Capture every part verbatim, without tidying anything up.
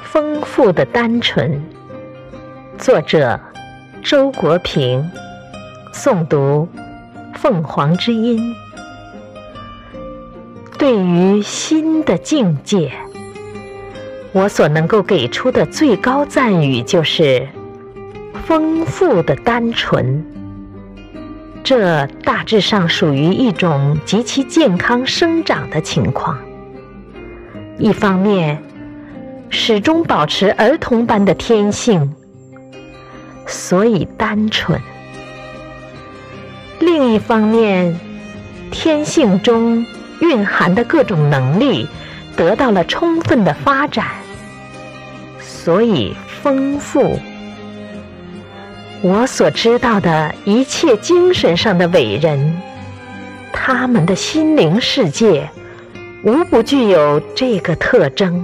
丰富的单纯。作者周国平，诵读凤凰之音。对于新的境界，我所能够给出的最高赞语就是丰富的单纯。这大致上属于一种极其健康生长的情况。一方面，始终保持儿童般的天性，所以单纯；另一方面，天性中蕴含的各种能力得到了充分的发展，所以丰富。我所知道的一切精神上的伟人，他们的心灵世界无不具有这个特征，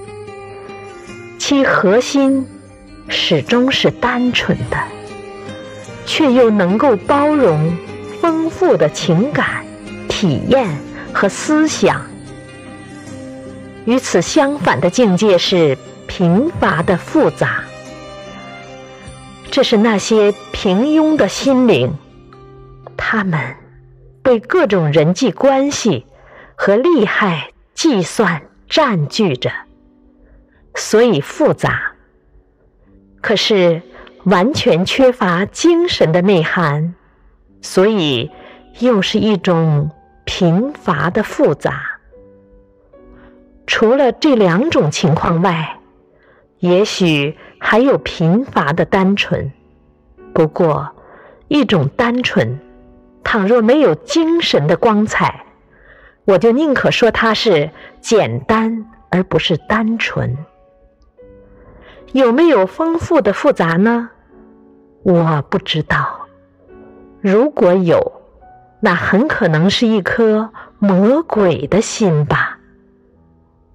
其核心始终是单纯的，却又能够包容丰富的情感、体验和思想。与此相反的境界是贫乏的复杂。这是那些平庸的心灵，他们被各种人际关系和利害计算占据着，所以复杂。可是完全缺乏精神的内涵，所以又是一种贫乏的复杂。除了这两种情况外，也许还有贫乏的单纯。不过，一种单纯，倘若没有精神的光彩，我就宁可说它是简单而不是单纯。有没有丰富的复杂呢？我不知道。如果有，那很可能是一颗魔鬼的心吧。